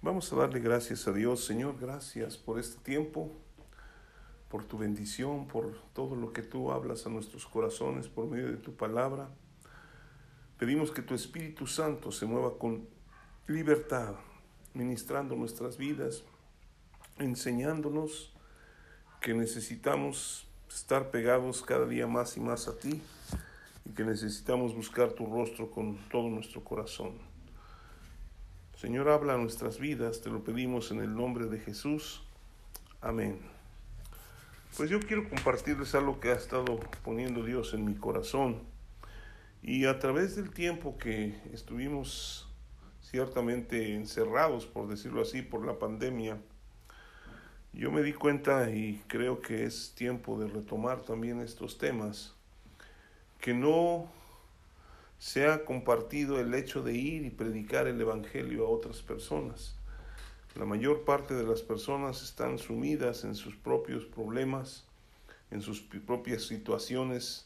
Vamos a darle gracias a Dios. Señor, gracias por este tiempo, por tu bendición, por todo lo que tú hablas a nuestros corazones por medio de tu palabra. Pedimos que tu Espíritu Santo se mueva con libertad, ministrando nuestras vidas, enseñándonos que necesitamos estar pegados cada día más y más a ti y que necesitamos buscar tu rostro con todo nuestro corazón. Señor, habla a nuestras vidas, te lo pedimos en el nombre de Jesús. Amén. Pues yo quiero compartirles algo que ha estado poniendo Dios en mi corazón. Y a través del tiempo que estuvimos ciertamente encerrados, por decirlo así, por la pandemia, yo me di cuenta y creo que es tiempo de retomar también estos temas, que no se ha compartido el hecho de ir y predicar el evangelio a otras personas. La mayor parte de las personas están sumidas en sus propios problemas, en sus propias situaciones,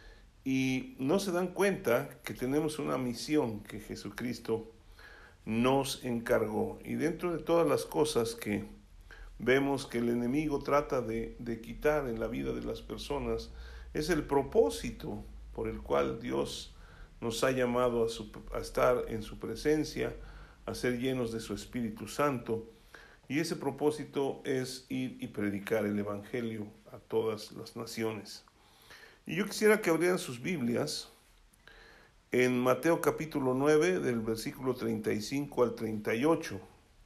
y no se dan cuenta que tenemos una misión que Jesucristo nos encargó. Y dentro de todas las cosas que vemos que el enemigo trata de quitar en la vida de las personas, es el propósito por el cual Dios nos ha llamado a estar en su presencia, a ser llenos de su Espíritu Santo. Y ese propósito es ir y predicar el Evangelio a todas las naciones. Y yo quisiera que abrieran sus Biblias en Mateo capítulo 9, del versículo 35 al 38.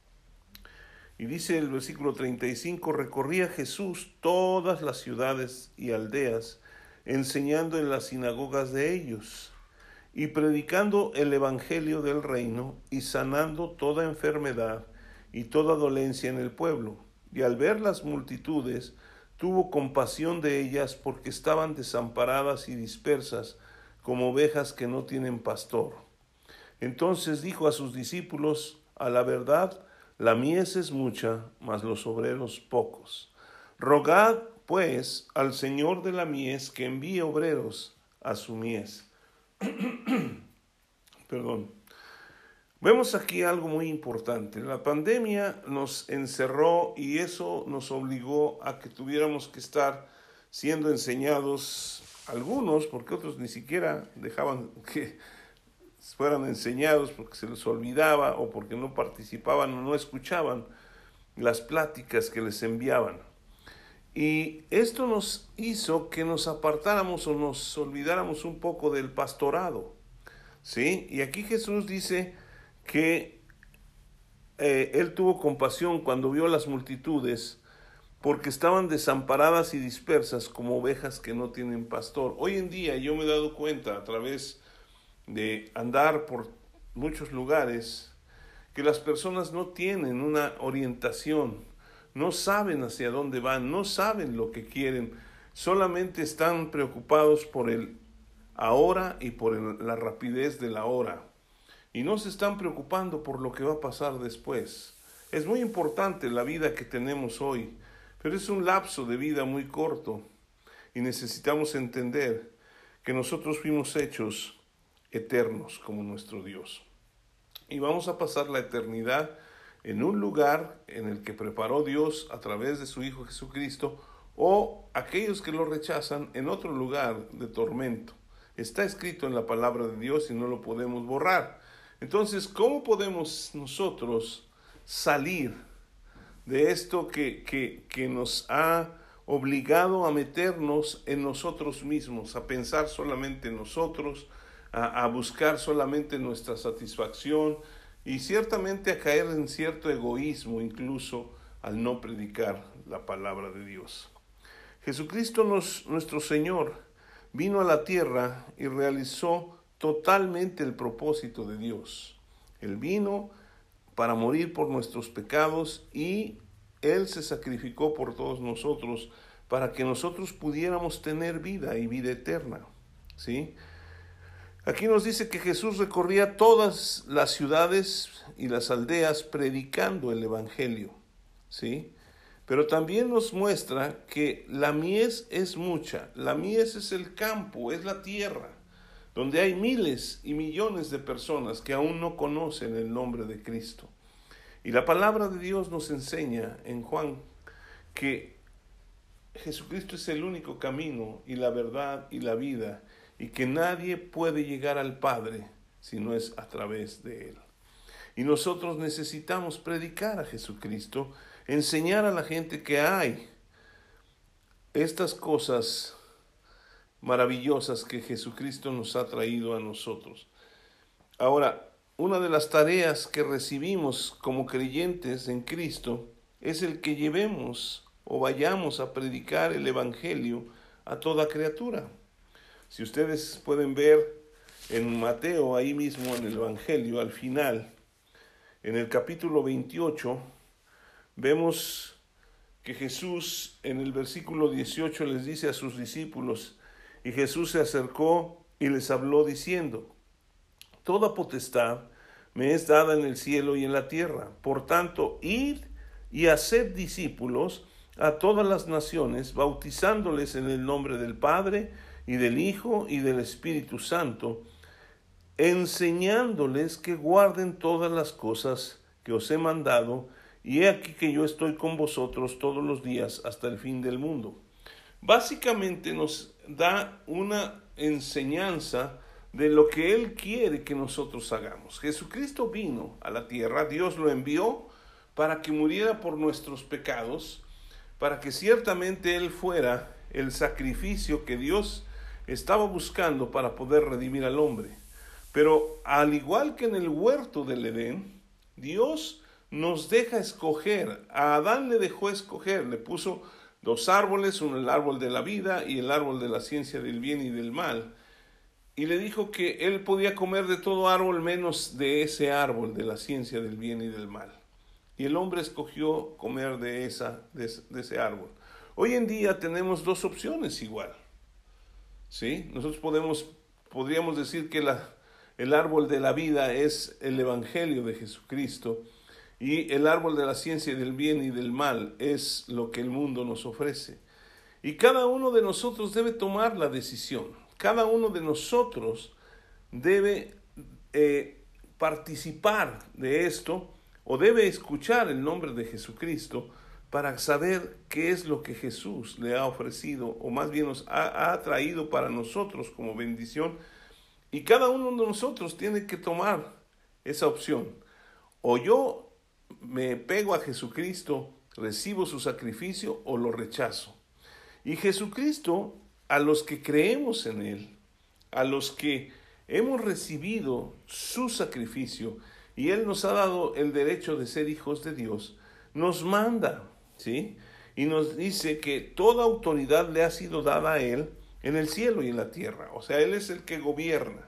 Y dice el versículo 35, recorría Jesús todas las ciudades y aldeas, enseñando en las sinagogas de ellos, y predicando el evangelio del reino, y sanando toda enfermedad y toda dolencia en el pueblo. Y al ver las multitudes, tuvo compasión de ellas, porque estaban desamparadas y dispersas, como ovejas que no tienen pastor. Entonces dijo a sus discípulos, a la verdad, la mies es mucha, mas los obreros pocos. Rogad, pues, al Señor de la mies que envíe obreros a su mies. Vemos aquí algo muy importante. La pandemia nos encerró y eso nos obligó a que tuviéramos que estar siendo enseñados, algunos, porque otros ni siquiera dejaban que fueran enseñados porque se les olvidaba o porque no participaban o no escuchaban las pláticas que les enviaban. Y esto nos hizo que nos apartáramos o nos olvidáramos un poco del pastorado, ¿sí? Y aquí Jesús dice que Él tuvo compasión cuando vio las multitudes porque estaban desamparadas y dispersas como ovejas que no tienen pastor. Hoy en día yo me he dado cuenta a través de andar por muchos lugares que las personas no tienen una orientación, no saben hacia dónde van, no saben lo que quieren, solamente están preocupados por el ahora y por la rapidez de la hora, y no se están preocupando por lo que va a pasar después. Es muy importante la vida que tenemos hoy, pero es un lapso de vida muy corto, y necesitamos entender que nosotros fuimos hechos eternos como nuestro Dios. Y vamos a pasar la eternidad en un lugar en el que preparó Dios a través de su Hijo Jesucristo, o aquellos que lo rechazan en otro lugar de tormento. Está escrito en la palabra de Dios y no lo podemos borrar. Entonces, ¿cómo podemos nosotros salir de esto que nos ha obligado a meternos en nosotros mismos, a pensar solamente en nosotros, a buscar solamente nuestra satisfacción y ciertamente a caer en cierto egoísmo incluso al no predicar la palabra de Dios? Jesucristo nuestro Señor vino a la tierra y realizó totalmente el propósito de Dios. Él vino para morir por nuestros pecados y Él se sacrificó por todos nosotros para que nosotros pudiéramos tener vida y vida eterna, ¿sí? Aquí nos dice que Jesús recorría todas las ciudades y las aldeas predicando el evangelio, ¿sí? Pero también nos muestra que la mies es mucha. La mies es el campo, es la tierra, donde hay miles y millones de personas que aún no conocen el nombre de Cristo. Y la palabra de Dios nos enseña en Juan que Jesucristo es el único camino y la verdad y la vida, y que nadie puede llegar al Padre si no es a través de Él. Y nosotros necesitamos predicar a Jesucristo, enseñar a la gente que hay estas cosas maravillosas que Jesucristo nos ha traído a nosotros. Ahora, una de las tareas que recibimos como creyentes en Cristo es el que llevemos o vayamos a predicar el Evangelio a toda criatura. Si ustedes pueden ver en Mateo, ahí mismo en el Evangelio, al final, en el capítulo 28, vemos que Jesús en el versículo 18 les dice a sus discípulos, y Jesús se acercó y les habló diciendo, toda potestad me es dada en el cielo y en la tierra. Por tanto, id y haced discípulos a todas las naciones, bautizándoles en el nombre del Padre y del Hijo y del Espíritu Santo, enseñándoles que guarden todas las cosas que os he mandado, y he aquí que yo estoy con vosotros todos los días hasta el fin del mundo. Básicamente nos da una enseñanza de lo que Él quiere que nosotros hagamos. Jesucristo vino a la tierra, Dios lo envió para que muriera por nuestros pecados, para que ciertamente Él fuera el sacrificio que Dios estaba buscando para poder redimir al hombre. Pero al igual que en el huerto del Edén, Dios nos deja escoger. A Adán le dejó escoger, le puso dos árboles, uno el árbol de la vida y el árbol de la ciencia del bien y del mal. Y le dijo que él podía comer de todo árbol menos de ese árbol de la ciencia del bien y del mal. Y el hombre escogió comer de ese árbol. Hoy en día tenemos dos opciones igual. ¿Sí? Nosotros podríamos decir que el árbol de la vida es el Evangelio de Jesucristo, y el árbol de la ciencia del bien y del mal es lo que el mundo nos ofrece. Y cada uno de nosotros debe tomar la decisión. Cada uno de nosotros debe participar de esto, o debe escuchar el nombre de Jesucristo para saber qué es lo que Jesús le ha ofrecido, o más bien nos ha traído para nosotros como bendición. Y cada uno de nosotros tiene que tomar esa opción. O yo me pego a Jesucristo, recibo su sacrificio, o lo rechazo. Y Jesucristo, a los que creemos en Él, a los que hemos recibido su sacrificio, y Él nos ha dado el derecho de ser hijos de Dios, nos manda, ¿sí? Y nos dice que toda autoridad le ha sido dada a Él en el cielo y en la tierra. O sea, Él es el que gobierna.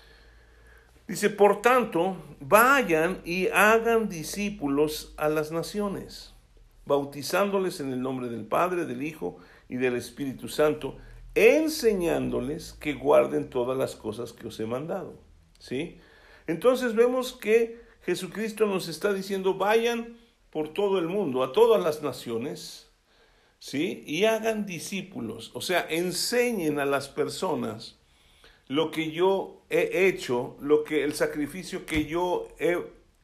Dice, por tanto, vayan y hagan discípulos a las naciones, bautizándoles en el nombre del Padre, del Hijo y del Espíritu Santo, enseñándoles que guarden todas las cosas que os he mandado. ¿Sí? Entonces vemos que Jesucristo nos está diciendo, vayan por todo el mundo, a todas las naciones, ¿sí? Y hagan discípulos, o sea, enseñen a las personas lo que yo he hecho, el sacrificio que yo he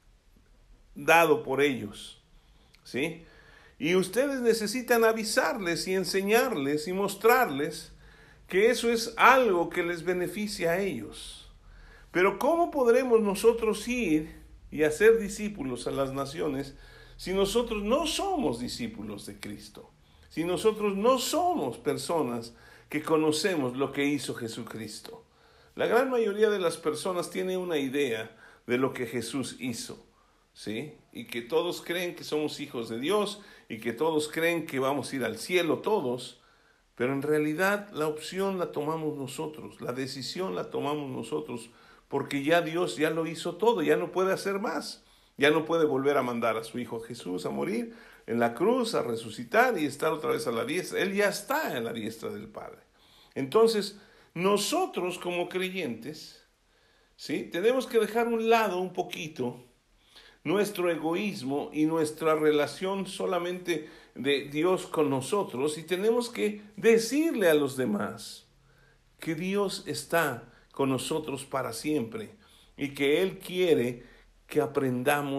dado por ellos, ¿sí? Y ustedes necesitan avisarles y enseñarles y mostrarles que eso es algo que les beneficia a ellos. Pero ¿cómo podremos nosotros ir y hacer discípulos a las naciones si nosotros no somos discípulos de Cristo? Si nosotros no somos personas que conocemos lo que hizo Jesucristo. La gran mayoría de las personas tiene una idea de lo que Jesús hizo, ¿sí? Y que todos creen que somos hijos de Dios y que todos creen que vamos a ir al cielo todos, pero en realidad la opción la tomamos nosotros, la decisión la tomamos nosotros, porque ya Dios ya lo hizo todo, ya no puede hacer más, ya no puede volver a mandar a su Hijo Jesús a morir en la cruz, a resucitar y estar otra vez a la diestra. Él ya está en la diestra del Padre. Entonces, nosotros como creyentes, ¿sí? Tenemos que dejar a un lado un poquito nuestro egoísmo y nuestra relación solamente de Dios con nosotros, y tenemos que decirle a los demás que Dios está con nosotros para siempre y que Él quiere que aprendamos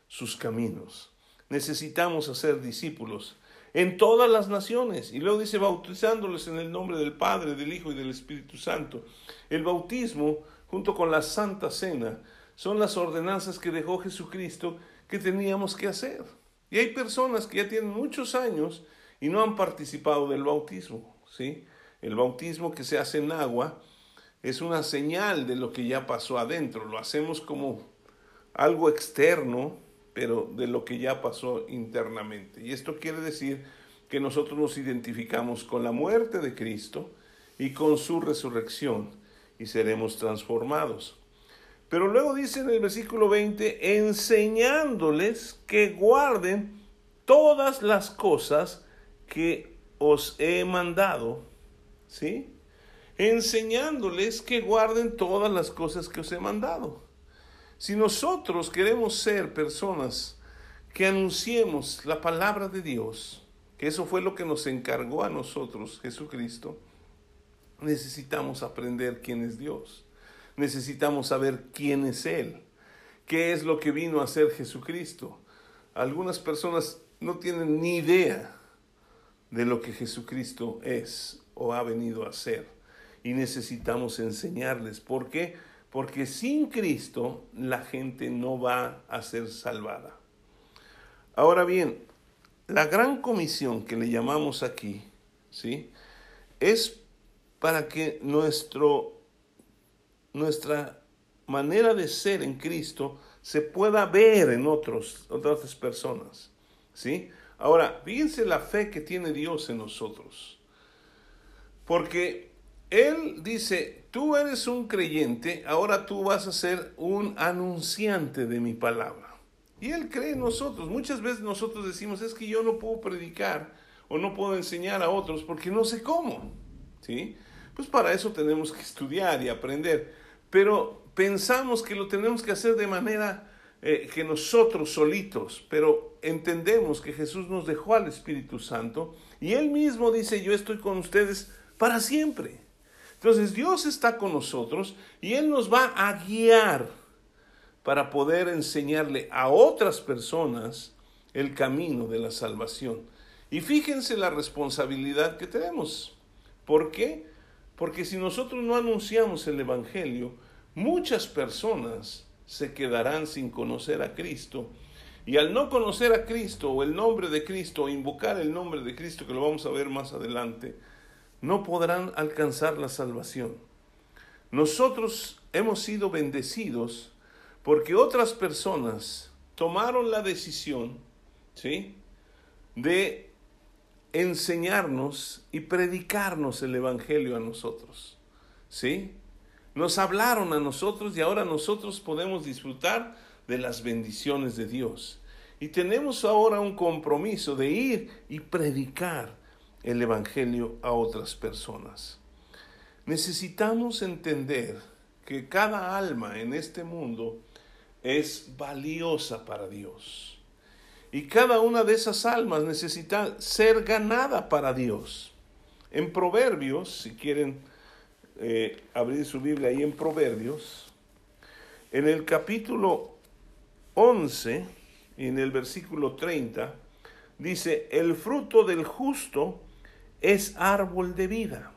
sus caminos. Necesitamos hacer discípulos en todas las naciones. Y luego dice, bautizándoles en el nombre del Padre, del Hijo y del Espíritu Santo. El bautismo, junto con la Santa Cena, son las ordenanzas que dejó Jesucristo que teníamos que hacer. Y hay personas que ya tienen muchos años y no han participado del bautismo, ¿sí? El bautismo que se hace en agua es una señal de lo que ya pasó adentro. Lo hacemos como algo externo, pero de lo que ya pasó internamente. Y esto quiere decir que nosotros nos identificamos con la muerte de Cristo y con su resurrección y seremos transformados. Pero luego dice en el versículo 20, enseñándoles que guarden todas las cosas que os he mandado, ¿sí? Enseñándoles que guarden todas las cosas que os he mandado. Si nosotros queremos ser personas que anunciemos la palabra de Dios, que eso fue lo que nos encargó a nosotros Jesucristo, necesitamos aprender quién es Dios. Necesitamos saber quién es Él, qué es lo que vino a hacer Jesucristo. Algunas personas no tienen ni idea de lo que Jesucristo es o ha venido a hacer. Y necesitamos enseñarles. ¿Por qué? Porque sin Cristo la gente no va a ser salvada. Ahora bien, la gran comisión que le llamamos aquí, ¿sí?, es para que nuestra manera de ser en Cristo se pueda ver en otras personas, ¿sí? Ahora, fíjense la fe que tiene Dios en nosotros. Porque Él dice, tú eres un creyente, ahora tú vas a ser un anunciante de mi palabra. Y Él cree en nosotros. Muchas veces nosotros decimos, es que yo no puedo predicar o no puedo enseñar a otros porque no sé cómo, ¿sí? Pues para eso tenemos que estudiar y aprender. Pero pensamos que lo tenemos que hacer de manera que nosotros solitos, pero entendemos que Jesús nos dejó al Espíritu Santo y Él mismo dice, yo estoy con ustedes para siempre. Entonces Dios está con nosotros y Él nos va a guiar para poder enseñarle a otras personas el camino de la salvación. Y fíjense la responsabilidad que tenemos. ¿Por qué? Porque si nosotros no anunciamos el Evangelio, muchas personas se quedarán sin conocer a Cristo. Y al no conocer a Cristo o el nombre de Cristo o invocar el nombre de Cristo, que lo vamos a ver más adelante, no podrán alcanzar la salvación. Nosotros hemos sido bendecidos porque otras personas tomaron la decisión, ¿sí?, de enseñarnos y predicarnos el Evangelio a nosotros, ¿sí? Nos hablaron a nosotros y ahora nosotros podemos disfrutar de las bendiciones de Dios. Y tenemos ahora un compromiso de ir y predicar el Evangelio a otras personas. Necesitamos entender que cada alma en este mundo es valiosa para Dios. Y cada una de esas almas necesita ser ganada para Dios. En Proverbios, si quieren abrir su Biblia ahí en Proverbios, en el capítulo 11, en el versículo 30, dice, el fruto del justo es árbol de vida,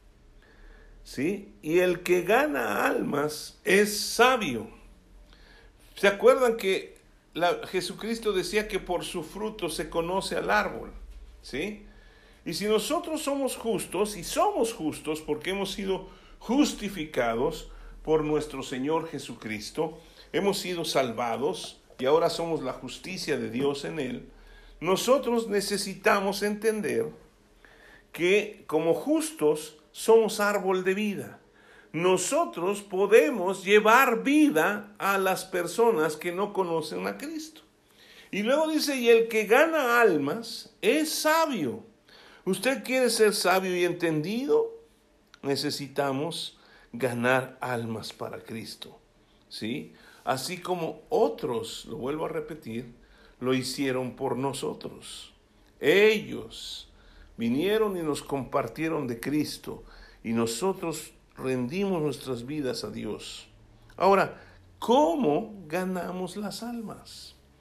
¿sí? Y el que gana almas es sabio. ¿Se acuerdan que Jesucristo decía que por su fruto se conoce al árbol, ¿sí? Y si nosotros somos justos, y somos justos porque hemos sido justificados por nuestro Señor Jesucristo, hemos sido salvados y ahora somos la justicia de Dios en Él, nosotros necesitamos entender que como justos somos árbol de vida. Nosotros podemos llevar vida a las personas que no conocen a Cristo. Y luego dice, y el que gana almas es sabio. ¿Usted quiere ser sabio y entendido? Necesitamos ganar almas para Cristo, ¿sí? Así como otros, lo vuelvo a repetir, lo hicieron por nosotros. Ellos vinieron y nos compartieron de Cristo y nosotros rendimos nuestras vidas a Dios. Ahora, ¿cómo ganamos las almas?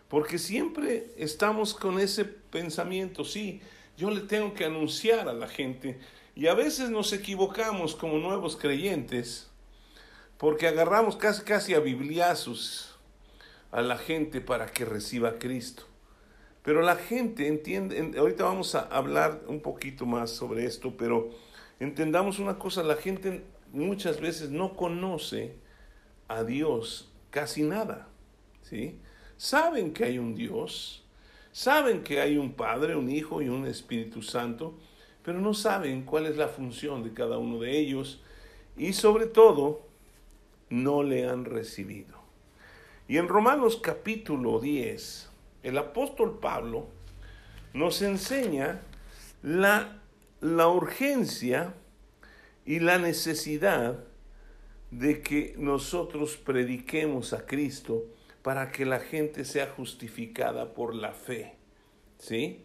Porque siempre estamos con ese pensamiento, sí, yo le tengo que anunciar a la gente. Y a veces nos equivocamos como nuevos creyentes, porque agarramos casi a bibliazos a la gente para que reciba a Cristo. Pero la gente entiende, ahorita vamos a hablar un poquito más sobre esto, pero entendamos una cosa, la gente muchas veces no conoce a Dios casi nada, ¿sí? Saben que hay un Dios, saben que hay un Padre, un Hijo y un Espíritu Santo, pero no saben cuál es la función de cada uno de ellos y sobre todo no le han recibido. Y en Romanos capítulo 10, el apóstol Pablo nos enseña la urgencia y la necesidad de que nosotros prediquemos a Cristo para que la gente sea justificada por la fe, ¿sí?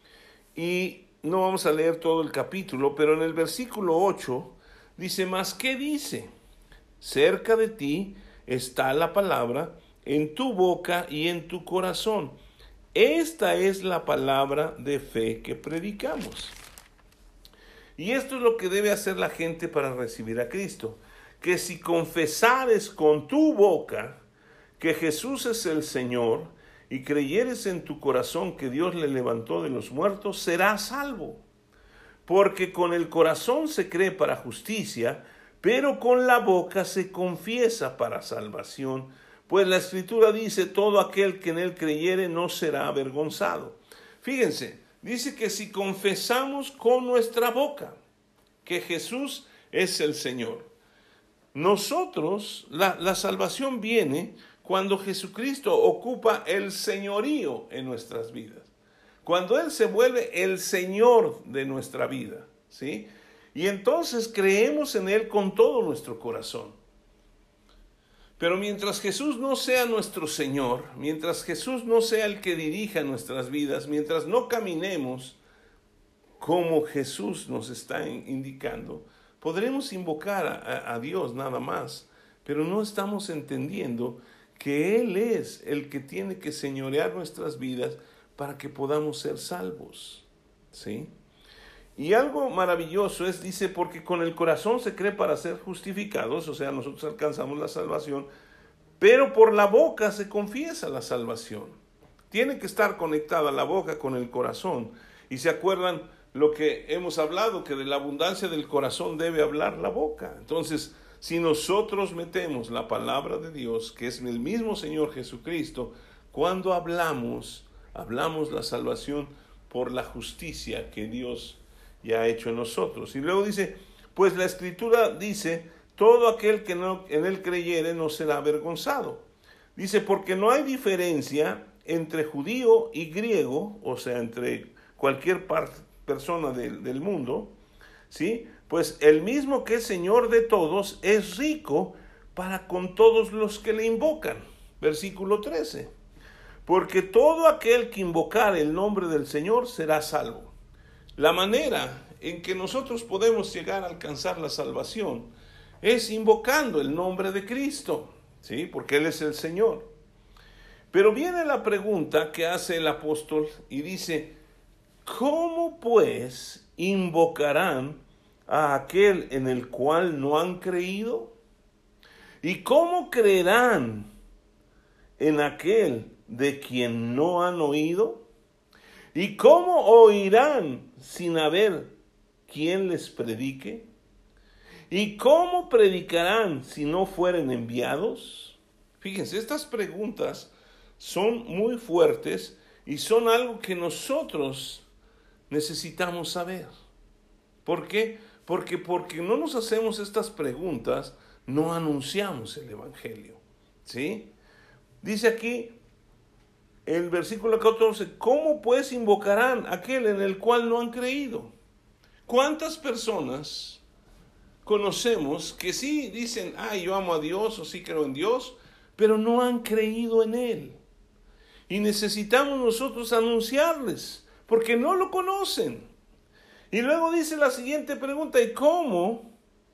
Y no vamos a leer todo el capítulo, pero en el versículo 8 dice, ¿mas qué dice? Cerca de ti está la palabra, en tu boca y en tu corazón. Esta es la palabra de fe que predicamos. Y esto es lo que debe hacer la gente para recibir a Cristo. Que si confesares con tu boca que Jesús es el Señor y creyeres en tu corazón que Dios le levantó de los muertos, serás salvo. Porque con el corazón se cree para justicia, pero con la boca se confiesa para salvación. Pues la Escritura dice, todo aquel que en él creyere no será avergonzado. Fíjense, dice que si confesamos con nuestra boca que Jesús es el Señor, nosotros, la salvación viene cuando Jesucristo ocupa el señorío en nuestras vidas. Cuando Él se vuelve el Señor de nuestra vida, ¿sí? Y entonces creemos en Él con todo nuestro corazón. Pero mientras Jesús no sea nuestro Señor, mientras Jesús no sea el que dirija nuestras vidas, mientras no caminemos como Jesús nos está indicando, podremos invocar a Dios nada más, pero no estamos entendiendo que Él es el que tiene que señorear nuestras vidas para que podamos ser salvos, ¿sí? Y algo maravilloso es, dice, porque con el corazón se cree para ser justificados, o sea, nosotros alcanzamos la salvación, pero por la boca se confiesa la salvación. Tiene que estar conectada la boca con el corazón. Y se acuerdan lo que hemos hablado, que de la abundancia del corazón debe hablar la boca. Entonces, si nosotros metemos la palabra de Dios, que es el mismo Señor Jesucristo, cuando hablamos la salvación por la justicia que Dios ya ha hecho en nosotros. Y luego dice, pues la Escritura dice, todo aquel que en él creyere no será avergonzado. Dice, porque no hay diferencia entre judío y griego, o sea, entre cualquier persona del mundo, ¿sí? Pues el mismo que es Señor de todos es rico para con todos los que le invocan. Versículo 13. Porque todo aquel que invocar el nombre del Señor será salvo. La manera en que nosotros podemos llegar a alcanzar la salvación es invocando el nombre de Cristo, ¿sí? Porque Él es el Señor. Pero viene la pregunta que hace el apóstol y dice, ¿cómo pues invocarán a aquel en el cual no han creído? ¿Y cómo creerán en aquel de quien no han oído? ¿Y cómo oirán sin haber quien les predique? ¿Y cómo predicarán si no fueren enviados? Fíjense, estas preguntas son muy fuertes y son algo que nosotros necesitamos saber. ¿Por qué? Porque no nos hacemos estas preguntas, no anunciamos el Evangelio, ¿sí? Dice aquí, el versículo 14, ¿cómo pues invocarán aquel en el cual no han creído? ¿Cuántas personas conocemos que sí dicen, yo amo a Dios o sí creo en Dios, pero no han creído en Él? Y necesitamos nosotros anunciarles, porque no lo conocen. Y luego dice la siguiente pregunta, ¿y cómo?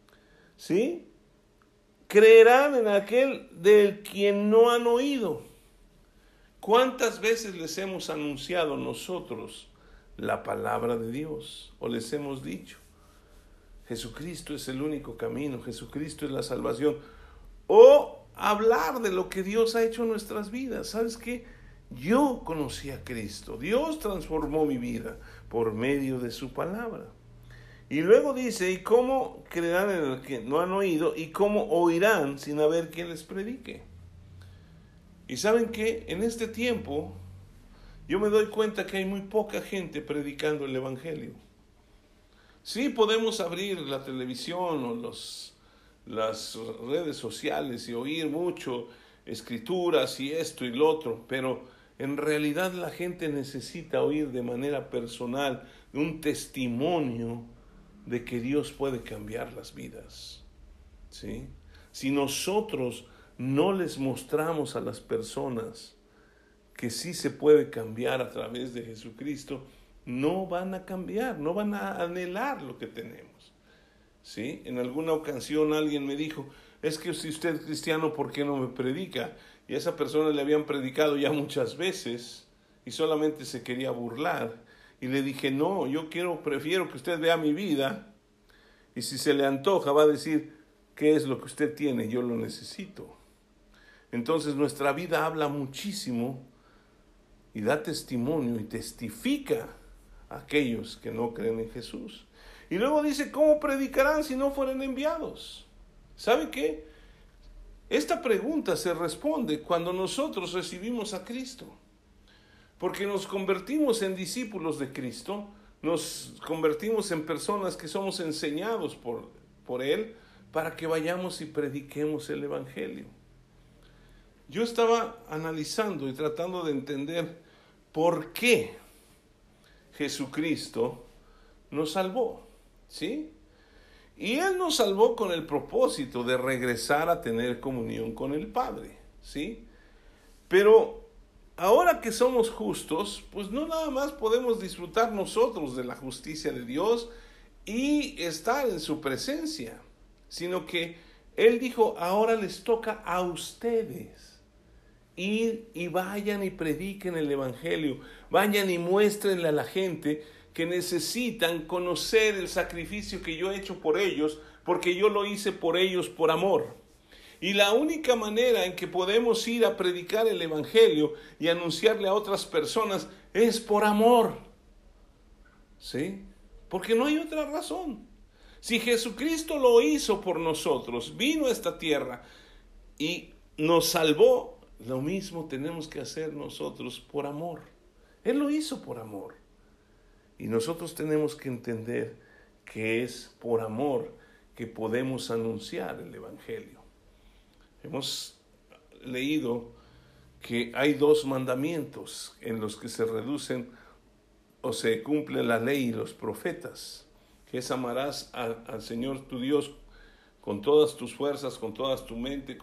¿Sí? Creerán en aquel del quien no han oído. ¿Cuántas veces les hemos anunciado nosotros la palabra de Dios? O les hemos dicho, Jesucristo es el único camino, Jesucristo es la salvación. O hablar de lo que Dios ha hecho en nuestras vidas. ¿Sabes qué? Yo conocí a Cristo. Dios transformó mi vida por medio de su palabra. Y luego dice, ¿y cómo creerán en el que no han oído? ¿Y cómo oirán sin haber quien les predique? Y ¿saben qué? En este tiempo yo me doy cuenta que hay muy poca gente predicando el evangelio. Sí, podemos abrir la televisión o las redes sociales y oír mucho escrituras y esto y lo otro, pero en realidad la gente necesita oír de manera personal un testimonio de que Dios puede cambiar las vidas. ¿Sí? Si nosotros no les mostramos a las personas que sí se puede cambiar a través de Jesucristo, no van a cambiar, no van a anhelar lo que tenemos. ¿Sí? En alguna ocasión alguien me dijo, es que si usted es cristiano, ¿por qué no me predica? Y a esa persona le habían predicado ya muchas veces y solamente se quería burlar. Y le dije, no, prefiero que usted vea mi vida y si se le antoja va a decir, ¿qué es lo que usted tiene? Yo lo necesito. Entonces nuestra vida habla muchísimo y da testimonio y testifica a aquellos que no creen en Jesús. Y luego dice, ¿cómo predicarán si no fueren enviados? ¿Sabe qué? Esta pregunta se responde cuando nosotros recibimos a Cristo. Porque nos convertimos en discípulos de Cristo, nos convertimos en personas que somos enseñados por Él para que vayamos y prediquemos el Evangelio. Yo estaba analizando y tratando de entender por qué Jesucristo nos salvó, ¿sí? Y Él nos salvó con el propósito de regresar a tener comunión con el Padre, ¿sí? Pero ahora que somos justos, pues no nada más podemos disfrutar nosotros de la justicia de Dios y estar en su presencia, sino que Él dijo, ahora les toca a ustedes ir y vayan y prediquen el Evangelio, vayan y muéstrenle a la gente que necesitan conocer el sacrificio que yo he hecho por ellos, porque yo lo hice por ellos por amor. Y la única manera en que podemos ir a predicar el Evangelio y anunciarle a otras personas es por amor. ¿Sí? Porque no hay otra razón. Si Jesucristo lo hizo por nosotros, vino a esta tierra y nos salvó, lo mismo tenemos que hacer nosotros por amor. Él lo hizo por amor. Y nosotros tenemos que entender que es por amor que podemos anunciar el Evangelio. Hemos leído que hay 2 mandamientos en los que se reducen o se cumple la ley y los profetas, que es amarás al Señor tu Dios con todas tus fuerzas, con toda tu mente,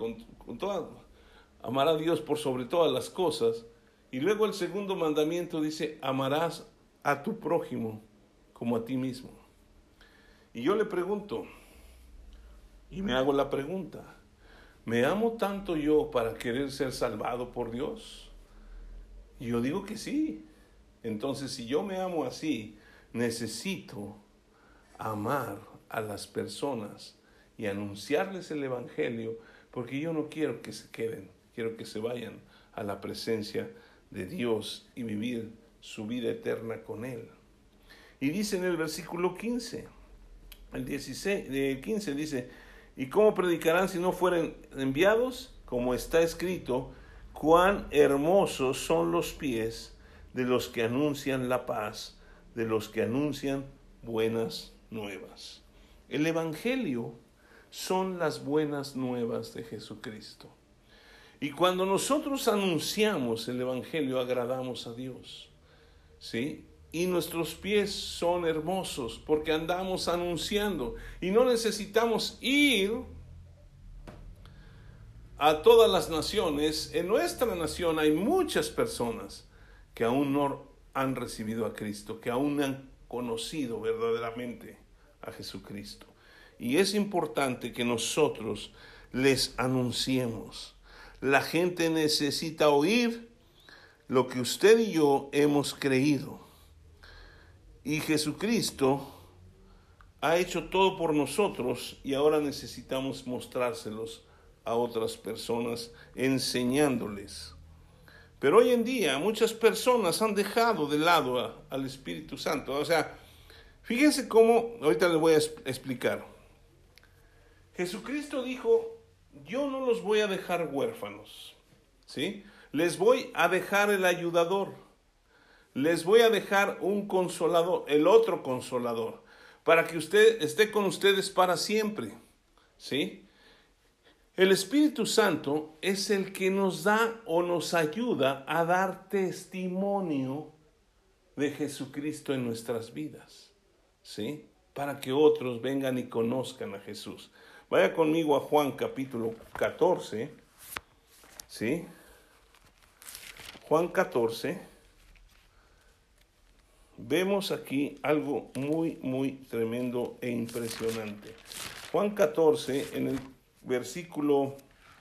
amar a Dios por sobre todas las cosas. Y luego el segundo mandamiento dice, amarás a tu prójimo como a ti mismo. Y yo le pregunto, y me hago la pregunta, ¿me amo tanto yo para querer ser salvado por Dios? Y yo digo que sí. Entonces, si yo me amo así, necesito amar a las personas y anunciarles el Evangelio, porque yo no quiero que se queden, quiero que se vayan a la presencia de Dios y vivir su vida eterna con Él. Y dice en el versículo 15, el 15 dice, ¿y cómo predicarán si no fueren enviados? Como está escrito, cuán hermosos son los pies de los que anuncian la paz, de los que anuncian buenas nuevas. El Evangelio son las buenas nuevas de Jesucristo. Y cuando nosotros anunciamos el Evangelio, agradamos a Dios, ¿sí? Y nuestros pies son hermosos porque andamos anunciando y no necesitamos ir a todas las naciones. En nuestra nación hay muchas personas que aún no han recibido a Cristo, que aún no han conocido verdaderamente a Jesucristo. Y es importante que nosotros les anunciemos. La gente necesita oír lo que usted y yo hemos creído. Y Jesucristo ha hecho todo por nosotros y ahora necesitamos mostrárselos a otras personas, enseñándoles. Pero hoy en día muchas personas han dejado de lado al Espíritu Santo. O sea, fíjense cómo, ahorita les voy a explicar. Jesucristo dijo, yo no los voy a dejar huérfanos, ¿sí? Les voy a dejar el ayudador. Les voy a dejar un consolador, el otro consolador, para que usted esté con ustedes para siempre, ¿sí? El Espíritu Santo es el que nos da o nos ayuda a dar testimonio de Jesucristo en nuestras vidas, ¿sí? Para que otros vengan y conozcan a Jesús. Vaya conmigo a Juan capítulo 14, ¿sí? Juan 14. Vemos aquí algo muy, muy tremendo e impresionante. Juan 14, en el versículo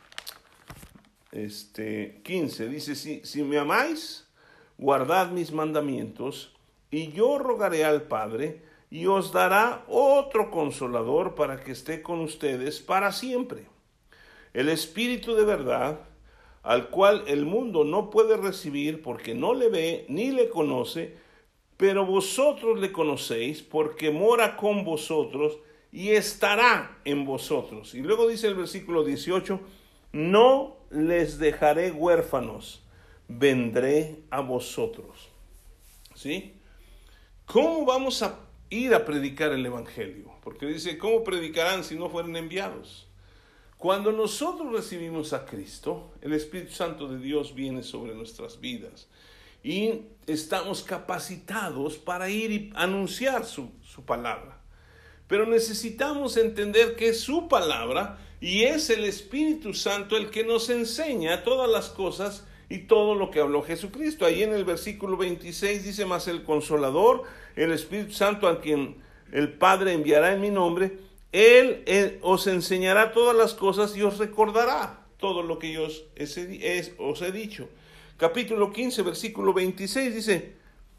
15, dice, si me amáis, guardad mis mandamientos, y yo rogaré al Padre, y os dará otro consolador para que esté con ustedes para siempre. El Espíritu de verdad, al cual el mundo no puede recibir porque no le ve ni le conoce, pero vosotros le conocéis porque mora con vosotros y estará en vosotros. Y luego dice el versículo 18, no les dejaré huérfanos, vendré a vosotros. ¿Sí? ¿Cómo vamos a ir a predicar el Evangelio? Porque dice, ¿cómo predicarán si no fueren enviados? Cuando nosotros recibimos a Cristo, el Espíritu Santo de Dios viene sobre nuestras vidas y estamos capacitados para ir y anunciar su palabra. Pero necesitamos entender que es su palabra y es el Espíritu Santo el que nos enseña todas las cosas y todo lo que habló Jesucristo. Ahí en el versículo 26 dice, mas el Consolador, el Espíritu Santo, a quien el Padre enviará en mi nombre, Él os enseñará todas las cosas y os recordará todo lo que yo os he dicho. Capítulo 15, versículo 26 dice,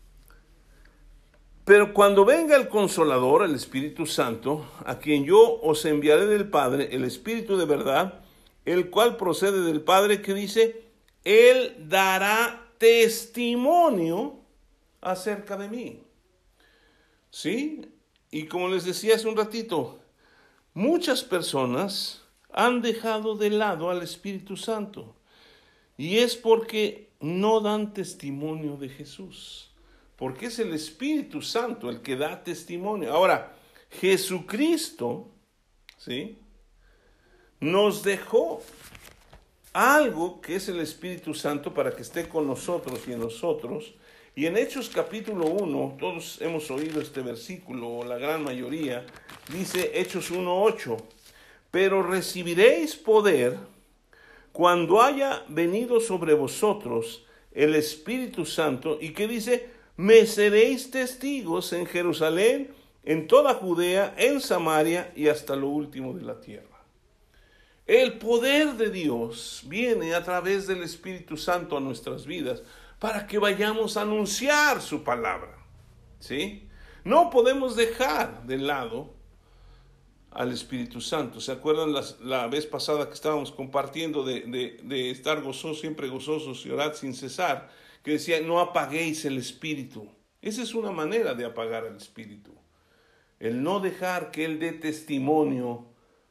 pero cuando venga el Consolador, el Espíritu Santo, a quien yo os enviaré del Padre, el Espíritu de verdad, el cual procede del Padre, que dice, Él dará testimonio acerca de mí. ¿Sí? Y como les decía hace un ratito, muchas personas han dejado de lado al Espíritu Santo. Y es porque no dan testimonio de Jesús. Porque es el Espíritu Santo el que da testimonio. Ahora, Jesucristo, ¿sí?, nos dejó algo que es el Espíritu Santo para que esté con nosotros y en nosotros. Y en Hechos capítulo 1, todos hemos oído este versículo, o la gran mayoría, dice Hechos 1:8, pero recibiréis poder cuando haya venido sobre vosotros el Espíritu Santo, y que dice, me seréis testigos en Jerusalén, en toda Judea, en Samaria y hasta lo último de la tierra. El poder de Dios viene a través del Espíritu Santo a nuestras vidas para que vayamos a anunciar su palabra, ¿sí? No podemos dejar de lado al Espíritu Santo. ¿Se acuerdan la vez pasada que estábamos compartiendo de estar gozosos, siempre gozosos y orad sin cesar? Que decía, no apaguéis el Espíritu. Esa es una manera de apagar el Espíritu. El no dejar que Él dé testimonio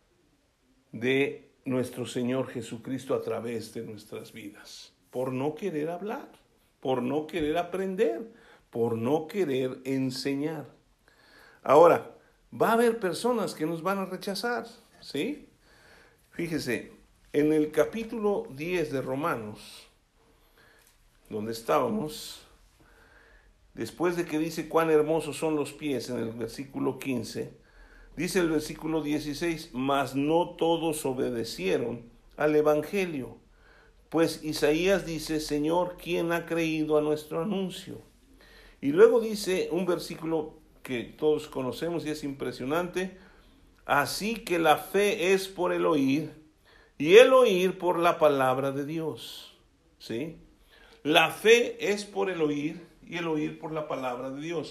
de nuestro Señor Jesucristo a través de nuestras vidas. Por no querer hablar, por no querer aprender, por no querer enseñar. Ahora, va a haber personas que nos van a rechazar, ¿sí? Fíjese, en el capítulo 10 de Romanos, donde estábamos, después de que dice cuán hermosos son los pies en el versículo 15, dice el versículo 16, mas no todos obedecieron al Evangelio, pues Isaías dice, Señor, ¿quién ha creído a nuestro anuncio? Y luego dice un versículo que todos conocemos y es impresionante, así que la fe es por el oír, y el oír por la palabra de Dios, ¿sí? La fe es por el oír y el oír por la palabra de Dios.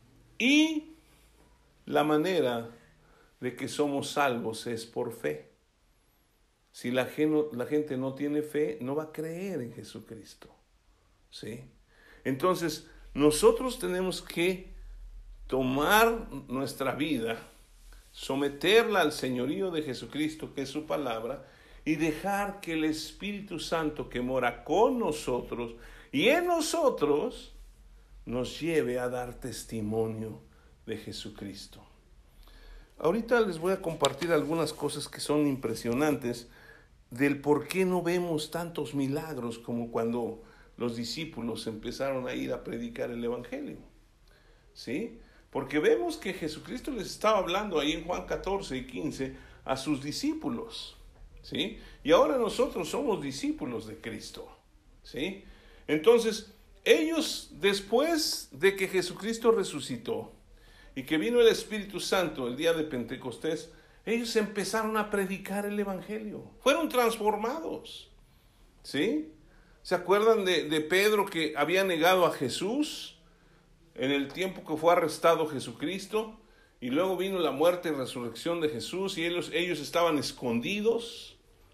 Y la manera de que somos salvos es por fe. Si la gente no tiene fe, no va a creer en Jesucristo. ¿Sí? Entonces, nosotros tenemos que tomar nuestra vida, someterla al señorío de Jesucristo, que es su palabra, y dejar que el Espíritu Santo que mora con nosotros y en nosotros nos lleve a dar testimonio de Jesucristo. Ahorita les voy a compartir algunas cosas que son impresionantes del por qué no vemos tantos milagros como cuando los discípulos empezaron a ir a predicar el Evangelio. ¿Sí? Porque vemos que Jesucristo les estaba hablando ahí en Juan 14 y 15 a sus discípulos. ¿Sí? Y ahora nosotros somos discípulos de Cristo. ¿Sí? Entonces, ellos, después de que Jesucristo resucitó y que vino el Espíritu Santo el día de Pentecostés, ellos empezaron a predicar el Evangelio. Fueron transformados. ¿Sí? ¿Se acuerdan de Pedro, que había negado a Jesús en el tiempo que fue arrestado Jesucristo? Y luego vino la muerte y resurrección de Jesús y ellos estaban escondidos.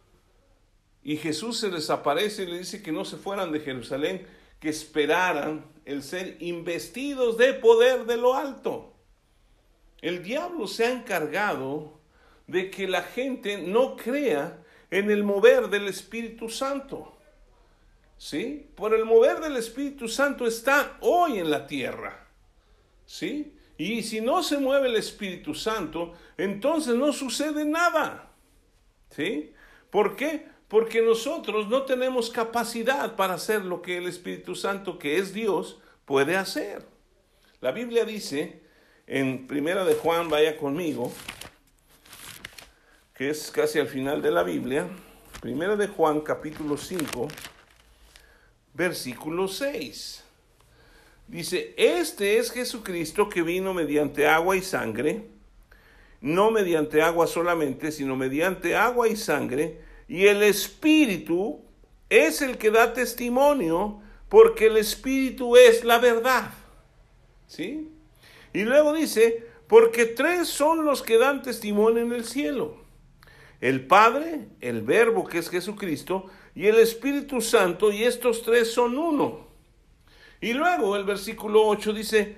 Y Jesús se les aparece y les dice que no se fueran de Jerusalén, que esperaran el ser investidos de poder de lo alto. El diablo se ha encargado de que la gente no crea en el mover del Espíritu Santo. ¿Sí? Por el mover del Espíritu Santo está hoy en la tierra. ¿Sí? Y si no se mueve el Espíritu Santo, entonces no sucede nada. ¿Sí? ¿Por qué? Porque nosotros no tenemos capacidad para hacer lo que el Espíritu Santo, que es Dios, puede hacer. La Biblia dice en Primera de Juan, vaya conmigo, que es casi al final de la Biblia, Primera de Juan, capítulo 5, versículo 6. Dice, este es Jesucristo que vino mediante agua y sangre, no mediante agua solamente, sino mediante agua y sangre, y el Espíritu es el que da testimonio, porque el Espíritu es la verdad. ¿Sí? Y luego dice, porque tres son los que dan testimonio en el cielo: el Padre, el Verbo, que es Jesucristo, y el Espíritu Santo, y estos tres son uno. Y luego el versículo 8 dice,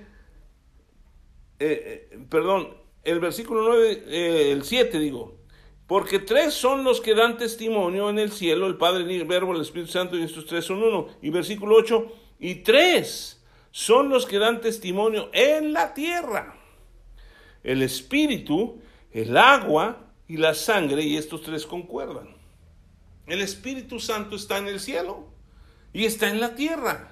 el versículo 9, el 7 digo, porque tres son los que dan testimonio en el cielo: el Padre, el Verbo, el Espíritu Santo, y estos tres son uno. Y versículo 8, y tres son los que dan testimonio en la tierra: el Espíritu, el agua y la sangre, y estos tres concuerdan. El Espíritu Santo está en el cielo y está en la tierra.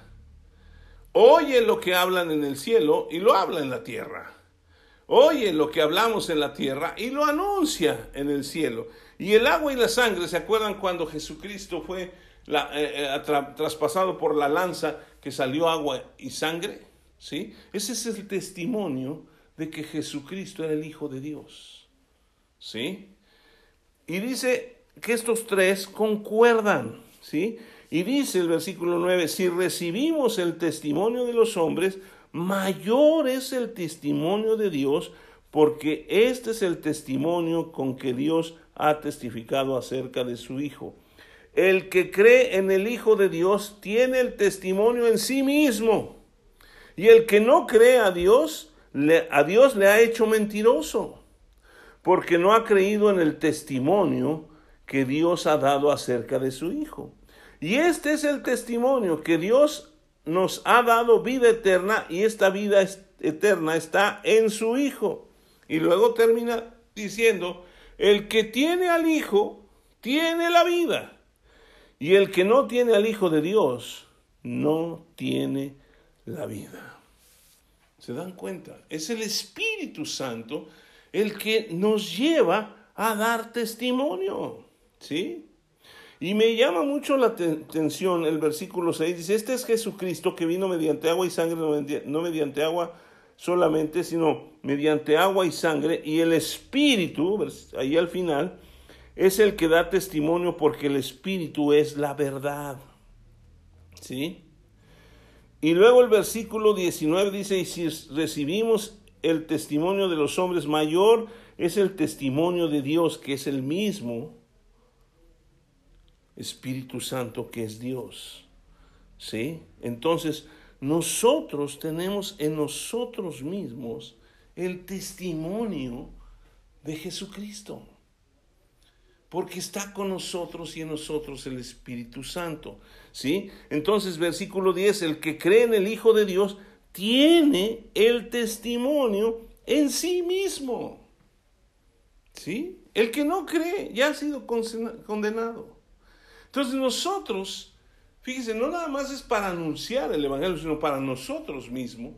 Oye lo que hablan en el cielo y lo habla en la tierra. Oye lo que hablamos en la tierra y lo anuncia en el cielo. Y el agua y la sangre, ¿se acuerdan cuando Jesucristo fue traspasado por la lanza, que salió agua y sangre? ¿Sí? Ese es el testimonio de que Jesucristo era el Hijo de Dios. ¿Sí? Y dice que estos tres concuerdan. ¿Sí? Y dice el versículo 9, si recibimos el testimonio de los hombres, mayor es el testimonio de Dios, porque este es el testimonio con que Dios ha testificado acerca de su Hijo. El que cree en el Hijo de Dios tiene el testimonio en sí mismo, y el que no cree a Dios le ha hecho mentiroso, porque no ha creído en el testimonio que Dios ha dado acerca de su Hijo. Y este es el testimonio, que Dios nos ha dado vida eterna, y esta vida eterna está en su Hijo. Y luego termina diciendo, el que tiene al Hijo tiene la vida, y el que no tiene al Hijo de Dios no tiene la vida. ¿Se dan cuenta? Es el Espíritu Santo el que nos lleva a dar testimonio. ¿Sí? Y me llama mucho la atención el versículo 6, dice, este es Jesucristo que vino mediante agua y sangre, no mediante agua solamente, sino mediante agua y sangre, y el Espíritu, ahí al final, es el que da testimonio, porque el Espíritu es la verdad. ¿Sí? Y luego el versículo 19 dice, y si recibimos el testimonio de los hombres, mayor es el testimonio de Dios, que es el mismo Espíritu Santo que es Dios. ¿Sí? Entonces, nosotros tenemos en nosotros mismos el testimonio de Jesucristo, porque está con nosotros y en nosotros el Espíritu Santo. ¿Sí? Entonces, versículo 10, el que cree en el Hijo de Dios tiene el testimonio en sí mismo. ¿Sí? El que no cree ya ha sido condenado. Entonces nosotros, fíjense, no nada más es para anunciar el Evangelio, sino para nosotros mismos,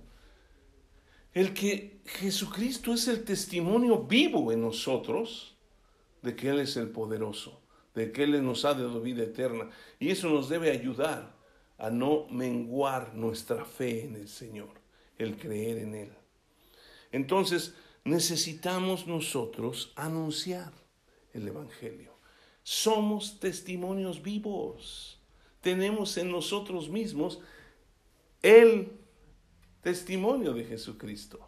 el que Jesucristo es el testimonio vivo en nosotros de que Él es el poderoso, de que Él nos ha dado vida eterna. Y eso nos debe ayudar a no menguar nuestra fe en el Señor, el creer en Él. Entonces necesitamos nosotros anunciar el Evangelio. Somos testimonios vivos. Tenemos en nosotros mismos el testimonio de Jesucristo.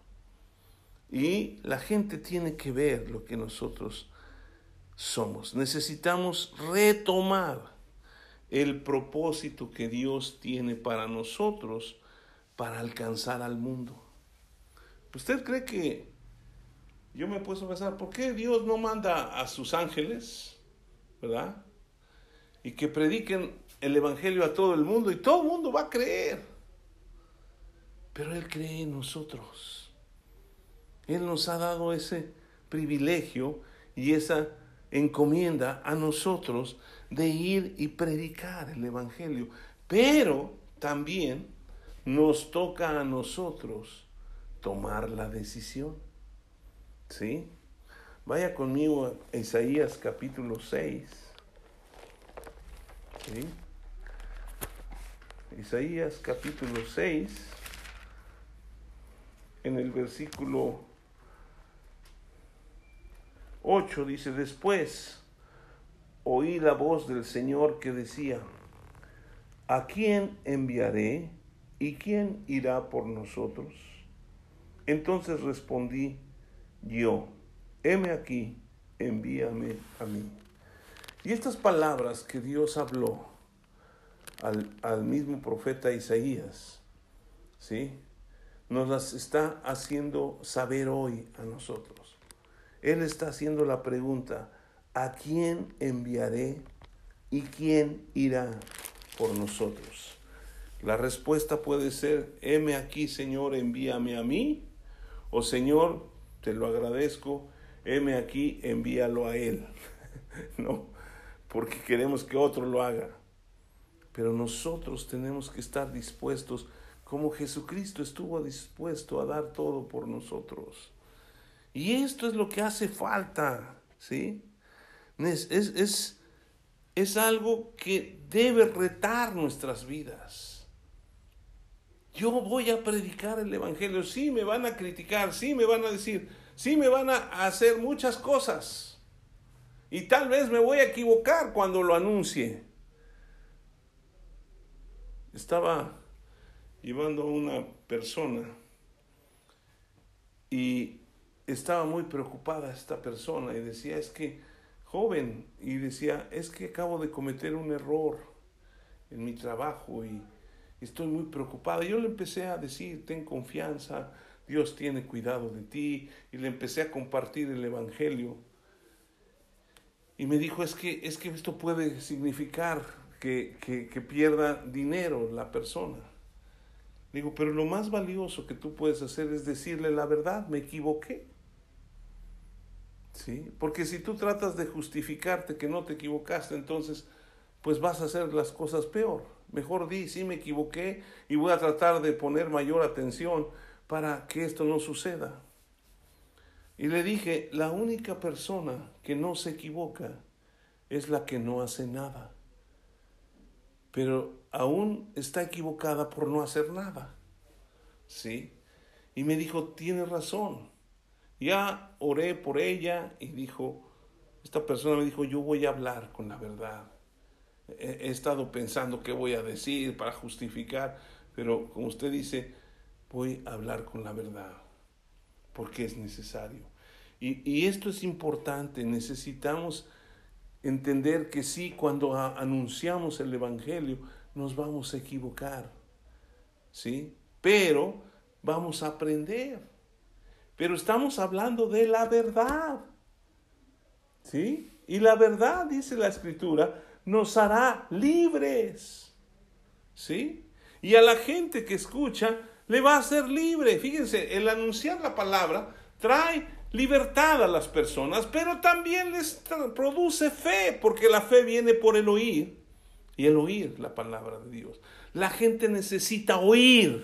Y la gente tiene que ver lo que nosotros somos. Necesitamos retomar el propósito que Dios tiene para nosotros para alcanzar al mundo. ¿Usted cree que yo me he puesto a pensar, ¿por qué Dios no manda a sus ángeles, verdad? Y que prediquen el Evangelio a todo el mundo y todo el mundo va a creer. Pero Él cree en nosotros. Él nos ha dado ese privilegio y esa encomienda a nosotros de ir y predicar el Evangelio. Pero también nos toca a nosotros tomar la decisión. ¿Sí? Vaya conmigo a Isaías capítulo 6. ¿Sí? Isaías capítulo 6, en el versículo 8 dice, después oí la voz del Señor que decía, ¿a quién enviaré y quién irá por nosotros? Entonces respondí yo, heme aquí, envíame a mí. Y estas palabras que Dios habló al mismo profeta Isaías, ¿sí?, nos las está haciendo saber hoy a nosotros. Él está haciendo la pregunta, ¿a quién enviaré y quién irá por nosotros? La respuesta puede ser, heme aquí, Señor, envíame a mí, o Señor, te lo agradezco, heme aquí, envíalo a Él. No, porque queremos que otro lo haga. Pero nosotros tenemos que estar dispuestos, como Jesucristo estuvo dispuesto a dar todo por nosotros. Y esto es lo que hace falta, ¿sí? Es algo que debe retar nuestras vidas. Yo voy a predicar el Evangelio, sí me van a criticar, sí me van a decir, sí me van a hacer muchas cosas. Y tal vez me voy a equivocar cuando lo anuncie. Estaba llevando a una persona y estaba muy preocupada esta persona y decía, es que, joven, y decía, es que acabo de cometer un error en mi trabajo y estoy muy preocupada. Yo le empecé a decir, ten confianza, Dios tiene cuidado de ti, y le empecé a compartir el Evangelio. Y me dijo, es que esto puede significar que pierda dinero la persona. Digo, pero lo más valioso que tú puedes hacer es decirle la verdad, me equivoqué. ¿Sí? Porque si tú tratas de justificarte que no te equivocaste, entonces pues vas a hacer las cosas peor. Mejor di, sí me equivoqué y voy a tratar de poner mayor atención para que esto no suceda. Y le dije, la única persona que no se equivoca es la que no hace nada. Pero aún está equivocada por no hacer nada. ¿Sí? Y me dijo, tienes razón. Ya oré por ella y dijo, esta persona me dijo, yo voy a hablar con la verdad. He estado pensando qué voy a decir para justificar, Pero como usted dice, voy a hablar con la verdad, porque es necesario. Y esto es importante, necesitamos entender que sí, cuando anunciamos el Evangelio, nos vamos a equivocar, ¿sí? Pero vamos a aprender. Pero estamos hablando de la verdad, ¿sí? Y la verdad, dice la Escritura, nos hará libres, ¿sí? Y a la gente que escucha le va a hacer libre. Fíjense, el anunciar la palabra trae libertad a las personas, pero también les produce fe, porque la fe viene por el oír, y el oír la palabra de Dios. La gente necesita oír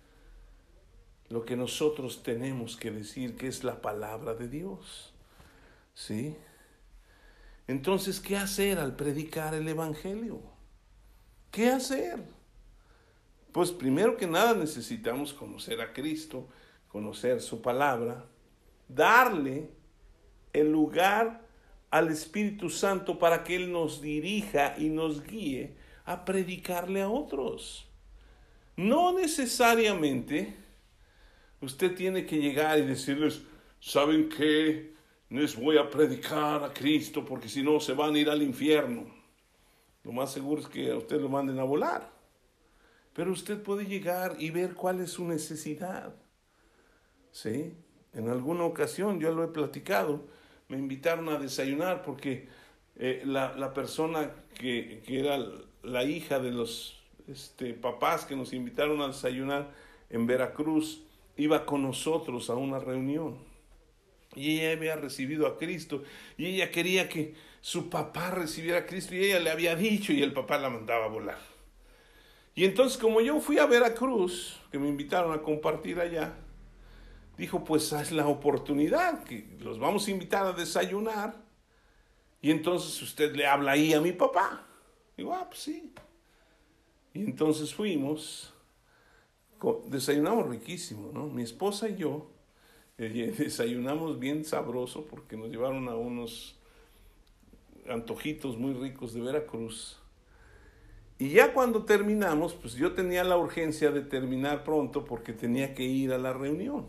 lo que nosotros tenemos que decir, que es la palabra de Dios, ¿sí? Entonces, ¿qué hacer al predicar el Evangelio? ¿Qué hacer? Pues primero que nada necesitamos conocer a Cristo, conocer su palabra, darle el lugar al Espíritu Santo para que Él nos dirija y nos guíe a predicarle a otros. No necesariamente usted tiene que llegar y decirles, ¿saben qué? Les voy a predicar a Cristo porque si no se van a ir al infierno. Lo más seguro es que a usted lo manden a volar. Pero usted puede llegar y ver cuál es su necesidad, ¿sí? En alguna ocasión, yo lo he platicado, me invitaron a desayunar porque la persona que era la hija de los papás que nos invitaron a desayunar en Veracruz, iba con nosotros a una reunión. Y ella había recibido a Cristo y ella quería que su papá recibiera a Cristo y ella le había dicho y el papá la mandaba a volar. Y entonces, como yo fui a Veracruz, que me invitaron a compartir allá, dijo, pues es la oportunidad, que los vamos a invitar a desayunar. Y entonces usted le habla ahí a mi papá. Digo, pues sí. Y entonces fuimos, desayunamos riquísimo, ¿no? Mi esposa y yo desayunamos bien sabroso porque nos llevaron a unos antojitos muy ricos de Veracruz. Y ya cuando terminamos, pues yo tenía la urgencia de terminar pronto porque tenía que ir a la reunión.